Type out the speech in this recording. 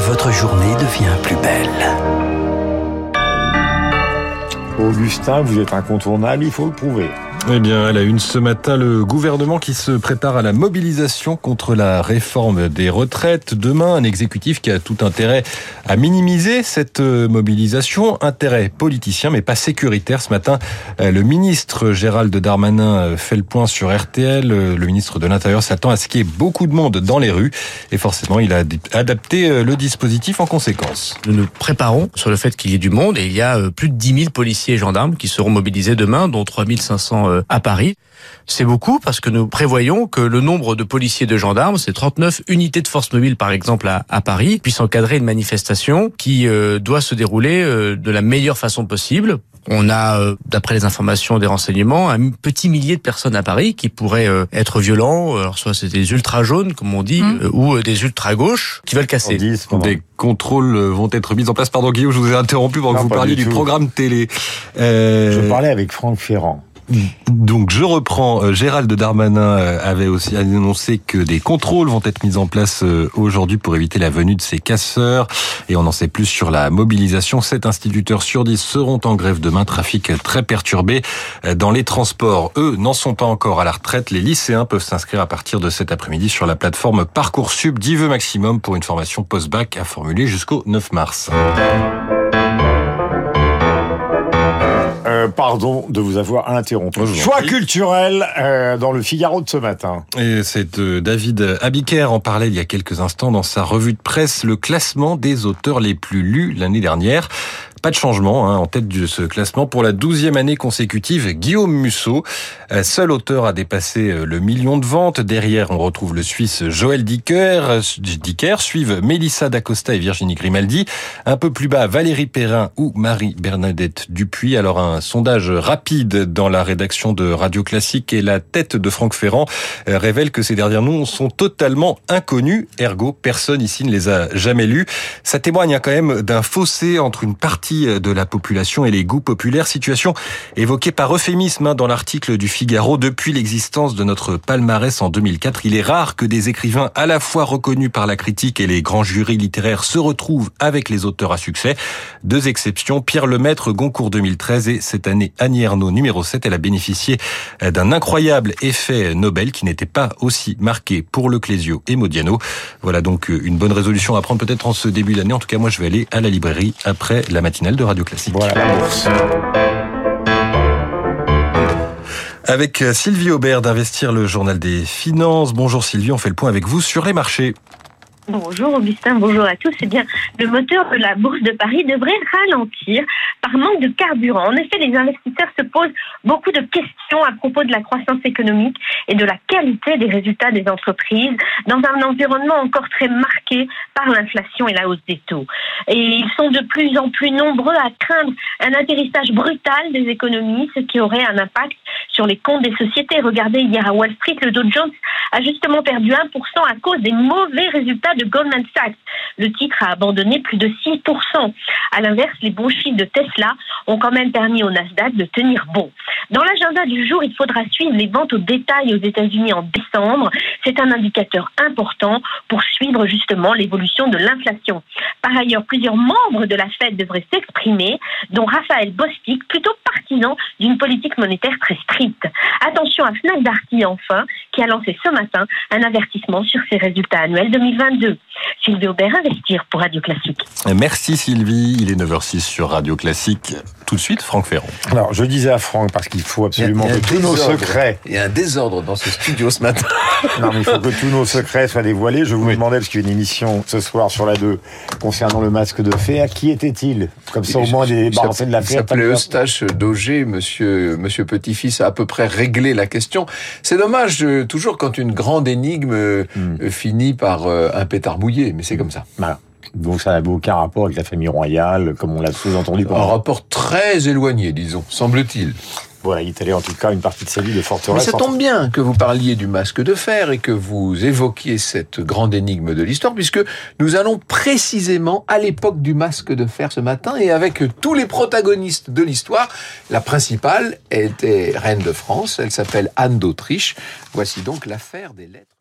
votre journée devient plus belle. Augustin, vous êtes incontournable, il faut le prouver. Eh bien, à la une ce matin, le gouvernement qui se prépare à la mobilisation contre la réforme des retraites. Demain, un exécutif qui a tout intérêt à minimiser cette mobilisation. Intérêt politicien, mais pas sécuritaire. Ce matin, le ministre Gérald Darmanin fait le point sur RTL. Le ministre de l'Intérieur s'attend à ce qu'il y ait beaucoup de monde dans les rues. Et forcément, il a adapté le dispositif en conséquence. Nous nous préparons sur le fait qu'il y ait du monde et il y a plus de 10 000 policiers et gendarmes qui seront mobilisés demain, dont 3 500 à Paris. C'est beaucoup parce que nous prévoyons que le nombre de policiers et de gendarmes, c'est 39 unités de force mobile par exemple à Paris, puissent encadrer une manifestation qui doit se dérouler de la meilleure façon possible. On a, d'après les informations des renseignements, un petit millier de personnes à Paris qui pourraient être violents. Alors soit c'est des ultra-jaunes, comme on dit, ou des ultra-gauches qui veulent casser. Des contrôles vont être mis en place. Pardon Guillaume, je vous ai interrompu pendant que vous parliez du programme télé. Je parlais avec Franck Ferrand. Donc je reprends, Gérald Darmanin avait aussi annoncé que des contrôles vont être mis en place aujourd'hui pour éviter la venue de ces casseurs, et on en sait plus sur la mobilisation. 7 instituteurs sur 10 seront en grève demain, trafic très perturbé dans les transports. Eux n'en sont pas encore à la retraite. Les lycéens peuvent s'inscrire à partir de cet après-midi sur la plateforme Parcoursup, 10 vœux maximum pour une formation post-bac à formuler jusqu'au 9 mars. Pardon de vous avoir interrompu. Choix culturel dans le Figaro de ce matin. Et c'est David Abiker en parlait il y a quelques instants dans sa revue de presse, le classement des auteurs les plus lus l'année dernière. Pas de changement en tête de ce classement pour la 12e année consécutive. Guillaume Musso, seul auteur à dépasser le million de ventes. Derrière, on retrouve le Suisse Joël Dicker. Suivent Mélissa d'Acosta et Virginie Grimaldi. Un peu plus bas, Valérie Perrin ou Marie-Bernadette Dupuis. Alors, un sondage rapide dans la rédaction de Radio Classique et la tête de Franck Ferrand révèle que ces derniers noms sont totalement inconnus. Ergo, personne ici ne les a jamais lus. Ça témoigne quand même d'un fossé entre une partie de la population et les goûts populaires, situation évoquée par euphémisme dans l'article du Figaro. Depuis l'existence de notre palmarès en 2004, il est rare que des écrivains à la fois reconnus par la critique et les grands jurys littéraires se retrouvent avec les auteurs à succès. 2 exceptions, Pierre Lemaitre, Goncourt 2013, et cette année Annie Ernaux numéro 7. Elle a bénéficié d'un incroyable effet Nobel qui n'était pas aussi marqué pour Le Clésio et Modiano. Voilà donc une bonne résolution à prendre peut-être en ce début d'année. En tout cas, moi je vais aller à la librairie après la matinale de Radio Classique. Voilà la bourse. Avec Sylvie Aubert d'Investir, le journal des finances. Bonjour Sylvie, on fait le point avec vous sur les marchés. Bonjour Augustin, bonjour à tous. Eh bien, le moteur de la Bourse de Paris devrait ralentir par manque de carburant. En effet, les investisseurs se posent beaucoup de questions à propos de la croissance économique et de la qualité des résultats des entreprises dans un environnement encore très marqué par l'inflation et la hausse des taux. Et ils sont de plus en plus nombreux à craindre un atterrissage brutal des économies, ce qui aurait un impact sur les comptes des sociétés. Regardez, hier à Wall Street, le Dow Jones a justement perdu 1% à cause des mauvais résultats de Goldman Sachs. Le titre a abandonné plus de 6%. À l'inverse, les bons chiffres de Tesla ont quand même permis au Nasdaq de tenir bon. Dans l'agenda du jour, il faudra suivre les ventes au détail aux États-Unis en décembre. C'est un indicateur important pour suivre justement l'évolution de l'inflation. Par ailleurs, plusieurs membres de la Fed devraient s'exprimer, dont Raphaël Bostic, plutôt partisan d'une politique monétaire très stricte. Attention à Fnac Darty, enfin, qui a lancé ce matin un avertissement sur ses résultats annuels 2022. Sylvie Aubert, Investir pour Radio Classique. Merci Sylvie, il est 9h06 sur Radio Classique. Tout de suite, Franck Ferrand. Alors, je disais à Franck, parce qu'il faut absolument que tous nos secrets... Il y a un désordre dans ce studio ce matin. Non, mais il faut que tous nos secrets soient dévoilés. Je vous demandais, parce qu'il y a une émission ce soir sur la 2 concernant le masque de fer, qui était-il? Comme ça, au moins, des débarrassés de l'affaire. Il s'appelait Eustache Dauger, monsieur Petit-Fils a à peu près réglé la question. C'est dommage, toujours quand une grande énigme finit par un pétard mouillé, mais c'est comme ça. Voilà. Donc ça n'avait aucun rapport avec la famille royale, comme on l'a sous-entendu. Un rapport très éloigné, disons, semble-t-il. Voilà, il est allé en tout cas une partie de sa vie de forteresse. Mais ça tombe bien que vous parliez du masque de fer et que vous évoquiez cette grande énigme de l'histoire, puisque nous allons précisément à l'époque du masque de fer ce matin, et avec tous les protagonistes de l'histoire. La principale était reine de France, elle s'appelle Anne d'Autriche. Voici donc l'affaire des lettres.